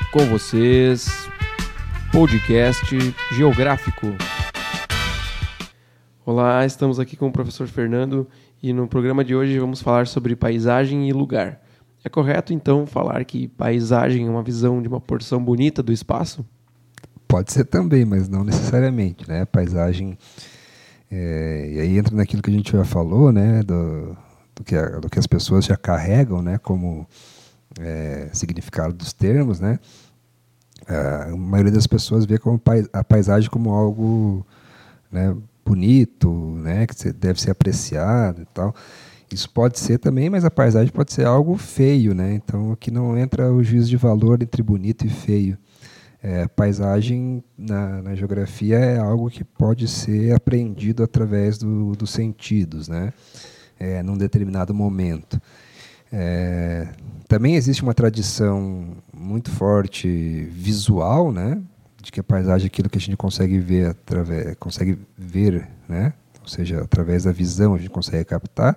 Com vocês, podcast geográfico. Olá, estamos aqui com o professor Fernando e no programa de hoje vamos falar sobre paisagem e lugar. É correto, então, falar que paisagem é uma visão de uma porção bonita do espaço? Pode ser também, mas não necessariamente, né? Paisagem, e aí entra naquilo que a gente já falou, né? Do que as pessoas já carregam, né? Como significado dos termos, né? A maioria das pessoas vê a paisagem como algo, né, bonito, né? Que deve ser apreciado e tal. Isso pode ser também, mas a paisagem pode ser algo feio, né? Então aqui não entra o juízo de valor entre bonito e feio. Paisagem na geografia é algo que pode ser apreendido através dos sentidos, né? Num determinado momento. Também existe uma tradição muito forte visual, né? De que a paisagem é aquilo que a gente consegue ver, né? Ou seja, através da visão a gente consegue captar.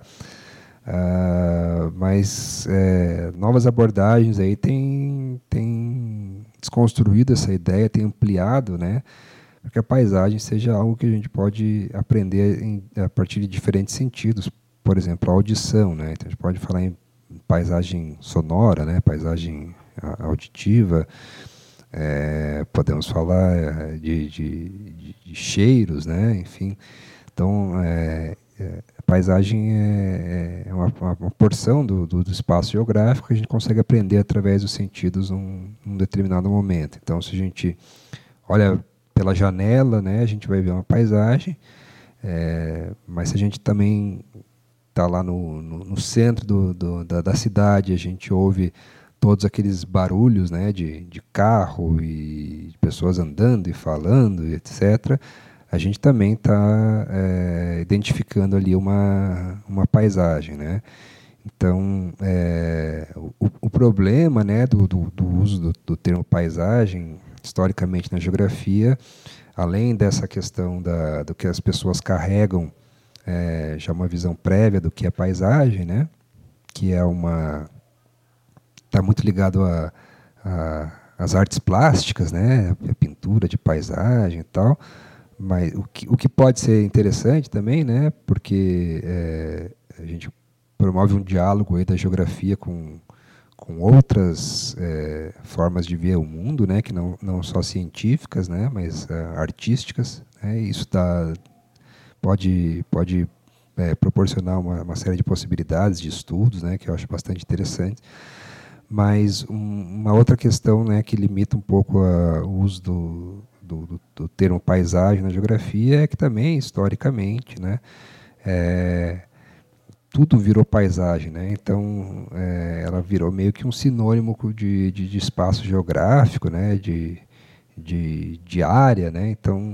Mas novas abordagens aí têm desconstruído essa ideia, têm ampliado, né, para que a paisagem seja algo que a gente pode aprender a partir de diferentes sentidos. Por exemplo, a audição, né? Então a gente pode falar em paisagem sonora, né, paisagem auditiva, podemos falar de cheiros, né, enfim. Então, a paisagem é uma porção do espaço geográfico que a gente consegue aprender através dos sentidos num determinado momento. Então, se a gente olha pela janela, né, a gente vai ver uma paisagem, mas se a gente também está lá no centro da cidade, a gente ouve todos aqueles barulhos, né, de carro e de pessoas andando e falando, etc., a gente também está identificando ali uma paisagem, né? Então, o problema, né, do uso do termo paisagem, historicamente na geografia, além dessa questão do que as pessoas carregam, já uma visão prévia do que é paisagem, né? Que está muito ligado às artes plásticas, né? A pintura de paisagem e tal. Mas o que pode ser interessante também, né, porque a gente promove um diálogo aí da geografia com outras formas de ver o mundo, né, que não só científicas, né, mas artísticas, né, e isso pode proporcionar uma série de possibilidades de estudos, né, que eu acho bastante interessante. Mas uma outra questão, né, que limita um pouco o uso do termo paisagem na geografia é que também, historicamente, né, tudo virou paisagem, né? Então, ela virou meio que um sinônimo de espaço geográfico, né, de área, né? Então,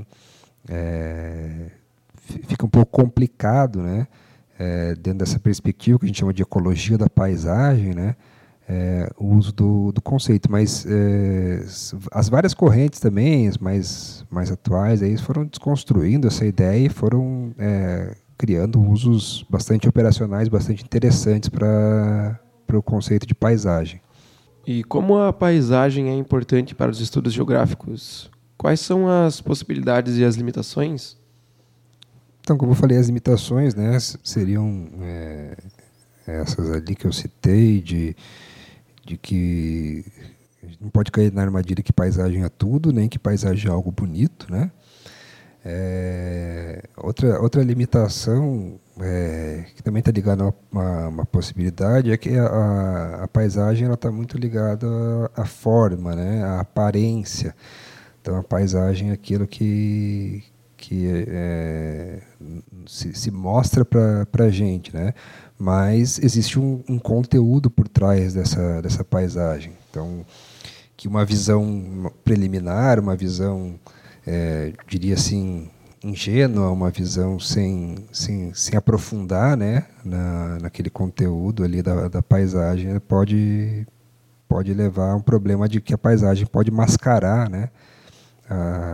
fica um pouco complicado, né, dentro dessa perspectiva que a gente chama de ecologia da paisagem, né, o uso do conceito, mas as várias correntes também, as mais atuais, aí foram desconstruindo essa ideia e foram criando usos bastante operacionais, bastante interessantes para o conceito de paisagem. E como a paisagem é importante para os estudos geográficos? Quais são as possibilidades e as limitações? Então, como eu falei, as limitações, né, seriam essas ali que eu citei, de que a gente não pode cair na armadilha que paisagem é tudo, nem que paisagem é algo bonito, né? Outra limitação que também está ligada a uma possibilidade é que a paisagem está muito ligada à forma, né? À aparência. Então a paisagem é aquilo que se mostra para a gente, né? Mas existe um conteúdo por trás dessa paisagem. Então, que uma visão preliminar, uma visão, diria assim, ingênua, uma visão sem aprofundar, né, naquele conteúdo ali da paisagem, pode levar a um problema de que a paisagem pode mascarar, né,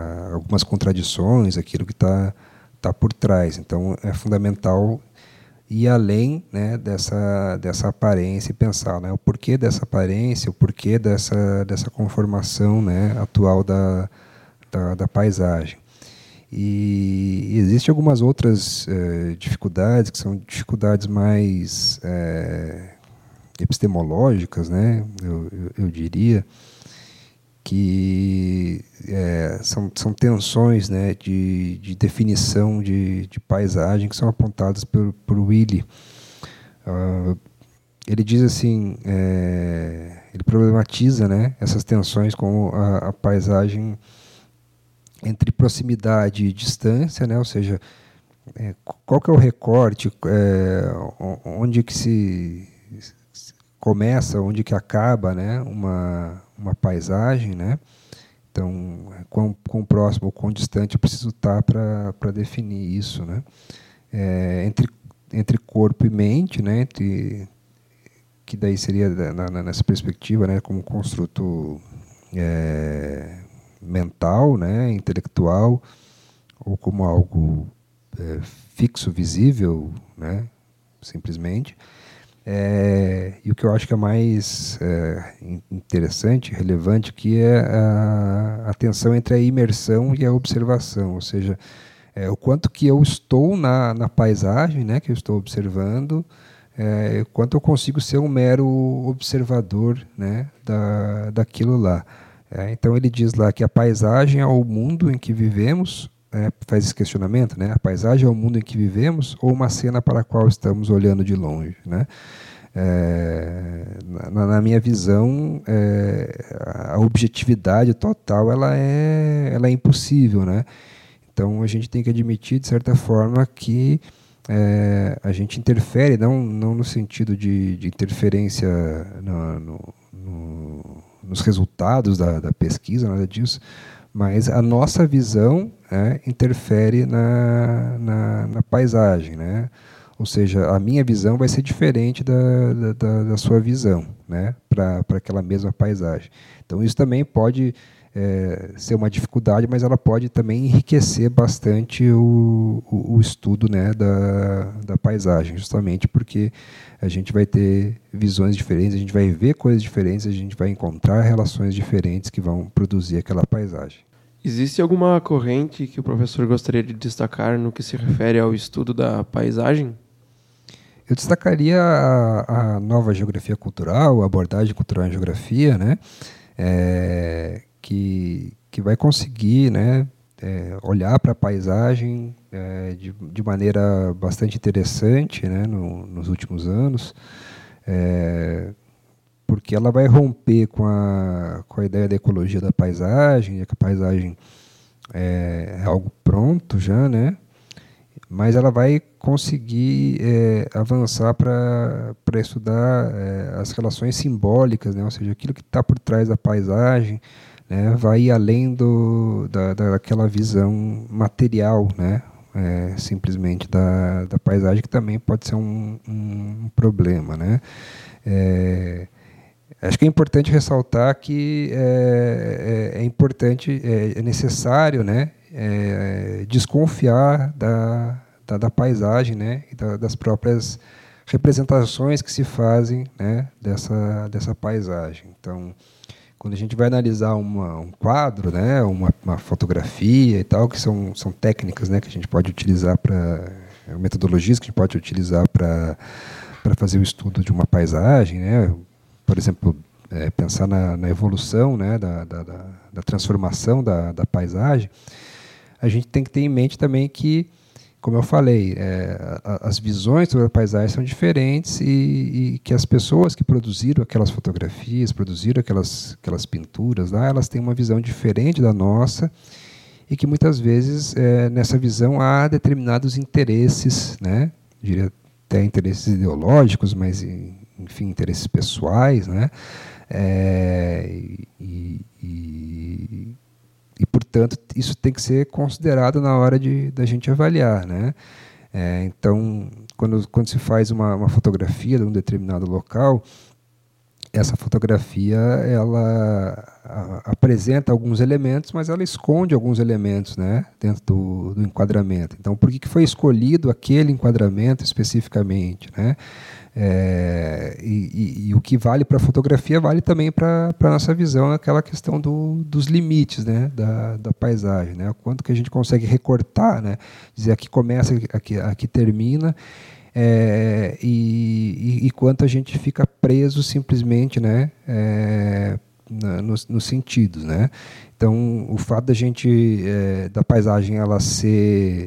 algumas contradições, aquilo que está por trás. Então, é fundamental ir além, né, dessa aparência e pensar, né, o porquê dessa aparência, o porquê dessa conformação, né, atual da paisagem. E existem algumas outras dificuldades, que são dificuldades mais epistemológicas, né, eu diria, que são tensões, né, de definição de paisagem que são apontadas por Willi. Ele diz assim, ele problematiza, né, essas tensões com a paisagem entre proximidade e distância, né, ou seja, qual que é o recorte, onde que se começa, onde que acaba, né, uma paisagem, né? Então, quão próximo ou quão distante eu preciso estar para definir isso, né? Entre corpo e mente, né? Que daí seria nessa perspectiva, né, como construto mental, né, intelectual, ou como algo fixo, visível, né, simplesmente. E o que eu acho que é mais interessante, relevante, que é a tensão entre a imersão e a observação, ou seja, o quanto que eu estou na paisagem, né, que eu estou observando, o quanto eu consigo ser um mero observador, né, daquilo lá. Então ele diz lá que a paisagem é o mundo em que vivemos, faz esse questionamento, né? A paisagem é o mundo em que vivemos ou uma cena para a qual estamos olhando de longe, né? Na minha visão, a objetividade total ela é impossível, né? Então a gente tem que admitir, de certa forma, que a gente interfere, não no sentido de interferência nos resultados da pesquisa, nada disso, mas a nossa visão interfere na paisagem, né? Ou seja, a minha visão vai ser diferente da sua visão, né? Para aquela mesma paisagem. Então isso também pode ser uma dificuldade, mas ela pode também enriquecer bastante o estudo, né, da paisagem, justamente porque a gente vai ter visões diferentes, a gente vai ver coisas diferentes, a gente vai encontrar relações diferentes que vão produzir aquela paisagem. Existe alguma corrente que o professor gostaria de destacar no que se refere ao estudo da paisagem? Eu destacaria a nova geografia cultural, a abordagem cultural em geografia, né? Que vai conseguir, né, olhar para a paisagem de maneira bastante interessante, né, nos últimos anos, porque ela vai romper com a ideia da ecologia da paisagem, que a paisagem é algo pronto já, né, mas ela vai conseguir avançar para estudar as relações simbólicas, né, ou seja, aquilo que está por trás da paisagem, né, vai ir além daquela visão material, né, simplesmente da paisagem, que também pode ser um problema, né. Acho que é importante ressaltar que é necessário, né, desconfiar da paisagem, né, e das próprias representações que se fazem, né, dessa paisagem. Então, quando a gente vai analisar um quadro, né, uma fotografia e tal, que são técnicas, né, que a gente pode utilizar metodologias que a gente pode utilizar para fazer o estudo de uma paisagem, né, por exemplo, pensar na evolução, né, da transformação da paisagem, a gente tem que ter em mente também que, como eu falei, as visões sobre a paisagem são diferentes e que as pessoas que produziram aquelas fotografias, produziram aquelas pinturas lá, elas têm uma visão diferente da nossa e que muitas vezes nessa visão há determinados interesses, né? Diria até interesses ideológicos, mas enfim, interesses pessoais, né? E, portanto, isso tem que ser considerado na hora da gente avaliar, né? Então, quando se faz uma fotografia de um determinado local, essa fotografia ela apresenta alguns elementos, mas ela esconde alguns elementos, né, dentro do enquadramento. Então, por que foi escolhido aquele enquadramento especificamente, né? E o que vale para a fotografia vale também para a nossa visão, aquela questão dos limites, né, da paisagem, né? O quanto que a gente consegue recortar, né? Dizer aqui começa, aqui termina. E quanto a gente fica preso simplesmente, né, nos sentidos, né? Então, o fato da paisagem ela ser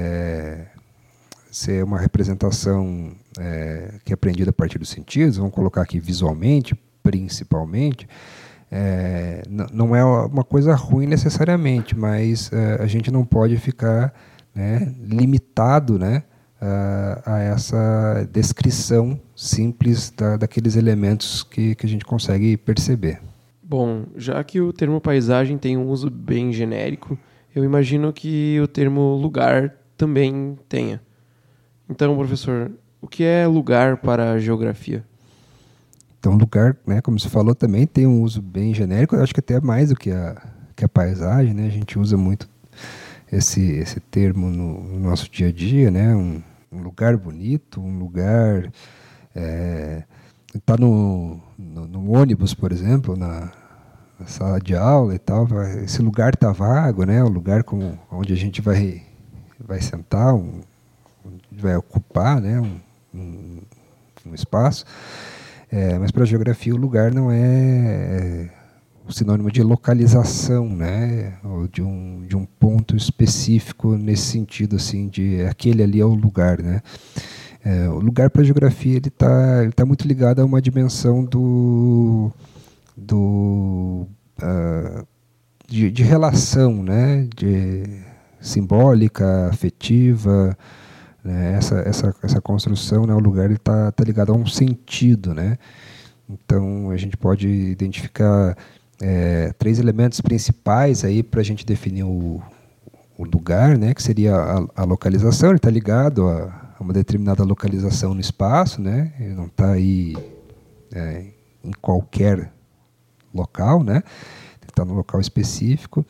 uma representação que é aprendida a partir dos sentidos, vamos colocar aqui visualmente, principalmente, não é uma coisa ruim necessariamente, mas a gente não pode ficar, né, limitado, né, a essa descrição simples daqueles elementos que a gente consegue perceber. Bom, já que o termo paisagem tem um uso bem genérico, eu imagino que o termo lugar também tenha. Então, professor, o que é lugar para a geografia? Então, lugar, né, como você falou, também tem um uso bem genérico, eu acho que até mais do que a paisagem, né? A gente usa muito esse termo no nosso dia a dia, né? Um lugar bonito, um lugar... Está no ônibus, por exemplo, na sala de aula e tal, esse lugar está vago, né? O lugar onde a gente vai sentar, vai ocupar, né? Um espaço. Mas para a geografia o lugar não é o sinônimo de localização, né? Ou de um ponto específico nesse sentido, assim, de aquele ali é o lugar, né? O lugar para a geografia ele tá muito ligado a uma dimensão de relação, né? De simbólica, afetiva, né? Essa construção, né? O lugar ele tá ligado a um sentido, né? Então a gente pode identificar 3 elementos principais aí para a gente definir o lugar, né? Que seria a localização. Ele está ligado a uma determinada localização no espaço, né? Ele não está aí em qualquer local, né? Ele está num local específico.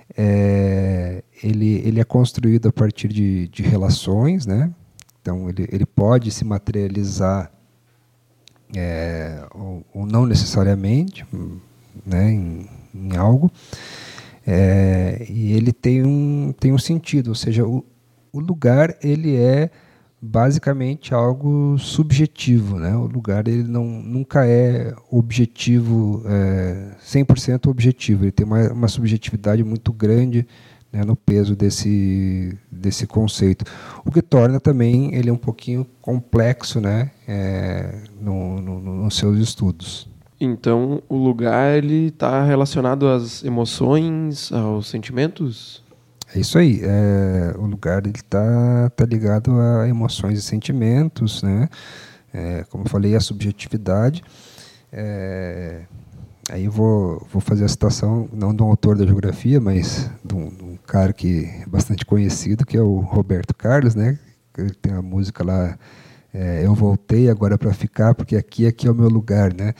Ele é construído a partir de relações, né? Então ele pode se materializar ou não necessariamente, né? Em algo. E ele tem um sentido, ou seja, o lugar ele é basicamente algo subjetivo, né? O lugar ele nunca é objetivo, 100% objetivo. Ele tem uma subjetividade muito grande, né, no peso desse conceito. O que torna também ele um pouquinho complexo, né, nos seus estudos. Então, o lugar ele está relacionado às emoções, aos sentimentos? É isso aí. O lugar ele tá ligado a emoções e sentimentos, né? Como eu falei, a subjetividade. Aí eu vou fazer a citação, não de um autor da geografia, mas de um cara que é bastante conhecido, que é o Roberto Carlos, né? Ele tem a música lá, Eu Voltei Agora para Ficar, porque aqui é o meu lugar, né?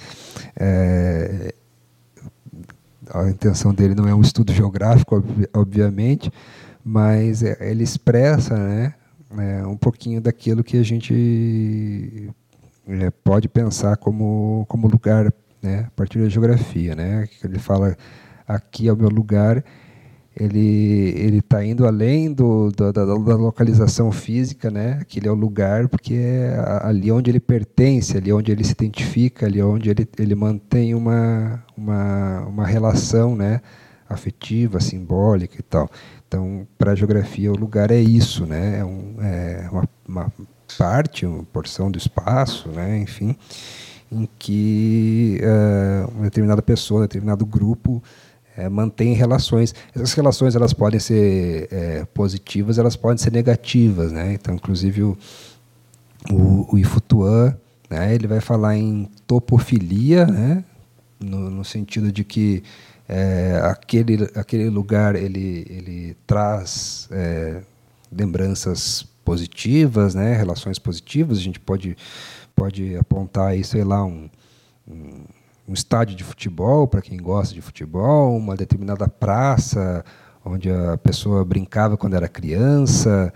A intenção dele não é um estudo geográfico, obviamente, mas ele expressa, né, um pouquinho daquilo que a gente pode pensar como lugar, né, a partir da geografia, né? Ele fala, aqui é o meu lugar, ele está indo além da localização física, né? Aquele é o lugar porque é ali onde ele pertence, ali onde ele se identifica, ali onde ele mantém uma relação, né? Afetiva, simbólica e tal. Então, para a geografia, o lugar é isso, né? É uma parte, uma porção do espaço, né? Enfim, em que uma determinada pessoa, um determinado grupo mantém relações. Essas relações elas podem ser positivas, elas podem ser negativas, né? Então, inclusive o Ifutuan, né, ele vai falar em topofilia, né, no sentido de que aquele lugar ele traz lembranças positivas, né, relações positivas. A gente pode apontar aí, sei lá, um estádio de futebol, para quem gosta de futebol, uma determinada praça onde a pessoa brincava quando era criança,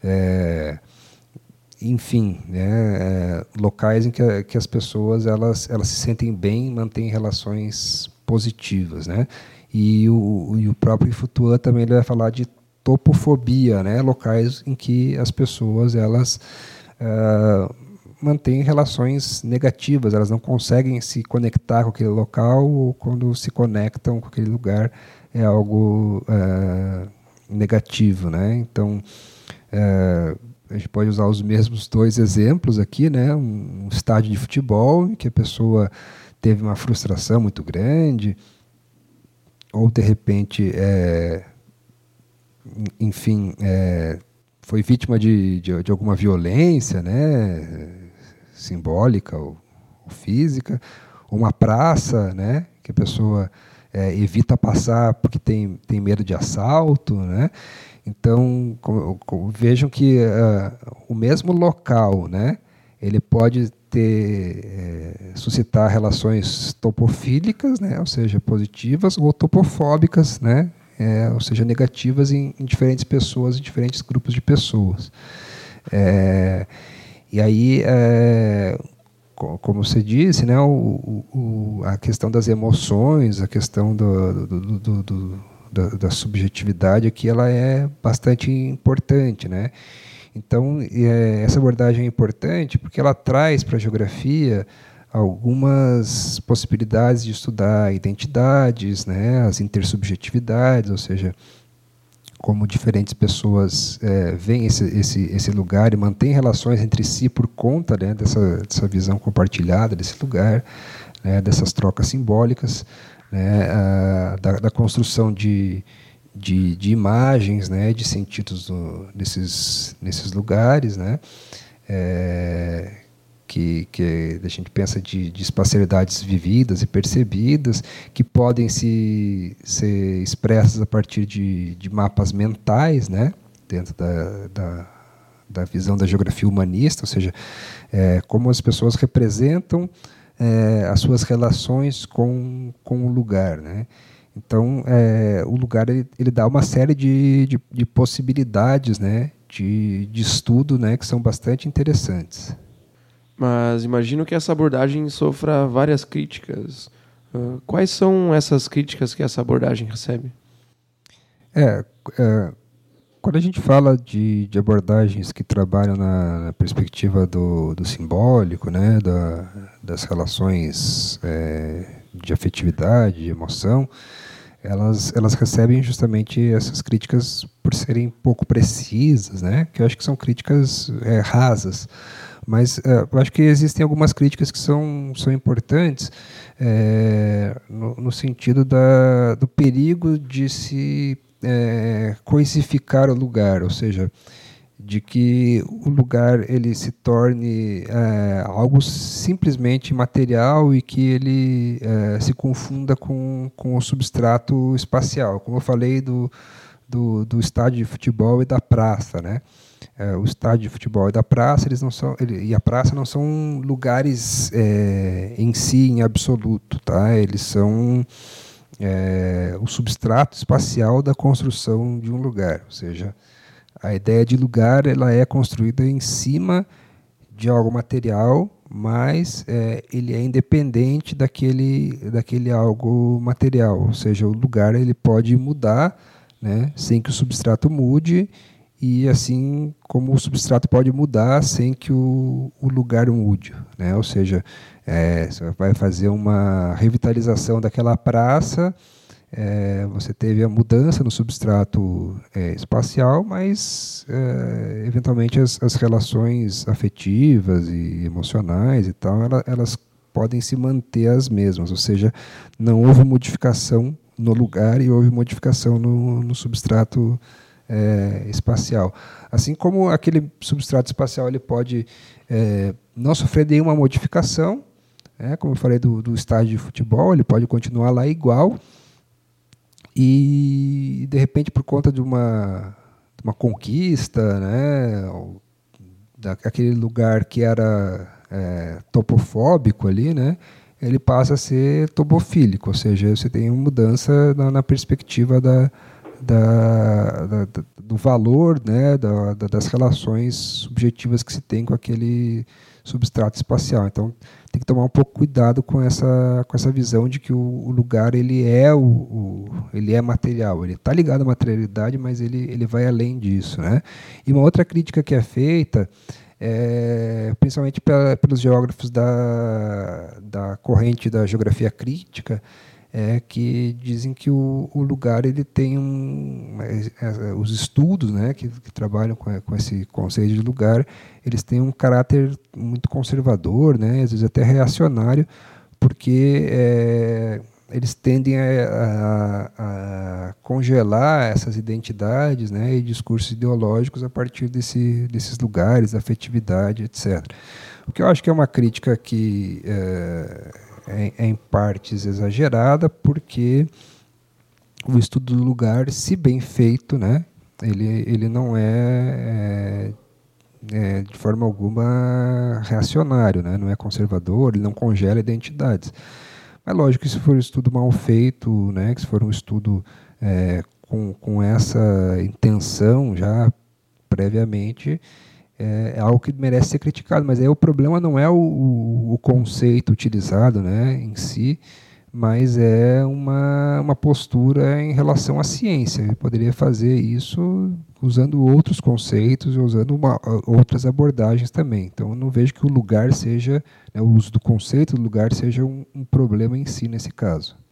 enfim, né, locais em que as pessoas elas se sentem bem, mantêm relações positivas, né? E o próprio Futuan também ele vai falar de topofobia, né? Locais em que as pessoas elas mantêm relações negativas, elas não conseguem se conectar com aquele local, ou quando se conectam com aquele lugar é algo negativo, né? Então a gente pode usar os mesmos dois exemplos aqui, né? Um estádio de futebol em que a pessoa teve uma frustração muito grande, ou de repente, enfim, foi vítima de alguma violência, né? Simbólica ou física, ou uma praça, né? Que a pessoa evita passar porque tem medo de assalto, né? Então, vejam que o mesmo local, né, ele pode suscitar relações topofílicas, né, ou seja, positivas, ou topofóbicas, né, ou seja, negativas em diferentes pessoas, em diferentes grupos de pessoas. E aí, como você disse, né, a questão das emoções, a questão da subjetividade aqui, ela é bastante importante, né? Então, essa abordagem é importante porque ela traz para a geografia algumas possibilidades de estudar identidades, né? As intersubjetividades, ou seja, como diferentes pessoas veem esse lugar e mantêm relações entre si por conta, né, dessa visão compartilhada desse lugar, né, dessas trocas simbólicas, né, da construção de imagens, né, de sentidos nesses lugares, né, que a gente pensa de espacialidades vividas e percebidas, que podem ser expressas a partir de mapas mentais, né, dentro da visão da geografia humanista, ou seja, como as pessoas representam as suas relações com o lugar, né? Então, o lugar ele dá uma série de possibilidades, né, de estudo, né, que são bastante interessantes. Mas imagino que essa abordagem sofra várias críticas. Quais são essas críticas que essa abordagem recebe? Quando a gente fala de abordagens que trabalham na perspectiva do simbólico, né, das relações de afetividade, de emoção, elas recebem justamente essas críticas por serem pouco precisas, né, que eu acho que são críticas rasas. Mas eu acho que existem algumas críticas que são importantes no sentido do perigo de se coisificar o lugar, ou seja, de que o lugar ele se torne algo simplesmente material e que ele se confunda com o substrato espacial. Como eu falei do estádio de futebol e da praça, né? O estádio de futebol e da praça, e a praça não são lugares em si, em absoluto, tá? Eles são o substrato espacial da construção de um lugar, ou seja, a ideia de lugar ela é construída em cima de algo material, mas ele é independente daquele algo material, ou seja, o lugar ele pode mudar, né, sem que o substrato mude, e assim como o substrato pode mudar sem que o lugar mude, né? Ou seja, você vai fazer uma revitalização daquela praça, você teve a mudança no substrato espacial, mas eventualmente as relações afetivas e emocionais e tal, elas podem se manter as mesmas, ou seja, não houve modificação no lugar e houve modificação no substrato espacial. Assim como aquele substrato espacial ele pode não sofrer nenhuma modificação, como eu falei do estádio de futebol, ele pode continuar lá igual, e de repente por conta de uma conquista, né, daquele lugar que era topofóbico ali, né, ele passa a ser topofílico, ou seja, você tem uma mudança na perspectiva do valor, né, das relações subjetivas que se tem com aquele substrato espacial. Então, tem que tomar um pouco cuidado com essa visão de que o lugar ele é material, ele está ligado à materialidade, mas ele vai além disso, né? E uma outra crítica que é feita, principalmente pelos geógrafos da corrente da geografia crítica, que dizem que o lugar ele tem os estudos, né, que trabalham com esse conceito de lugar, eles têm um caráter muito conservador, né, às vezes até reacionário, porque eles tendem a congelar essas identidades, né, e discursos ideológicos a partir desses lugares, afetividade, etc. O que eu acho que é uma crítica que em partes exagerada, porque o estudo do lugar, se bem feito, né, ele não de forma alguma reacionário, né, não é conservador, ele não congela identidades. Mas lógico que se for um estudo mal feito, né, que se for um estudo com essa intenção já previamente, é algo que merece ser criticado, mas aí o problema não é o conceito utilizado, né, em si, mas é uma postura em relação à ciência. Ele poderia fazer isso usando outros conceitos, usando outras abordagens também. Então, eu não vejo que o lugar seja, né, o uso do conceito do lugar seja um problema em si nesse caso.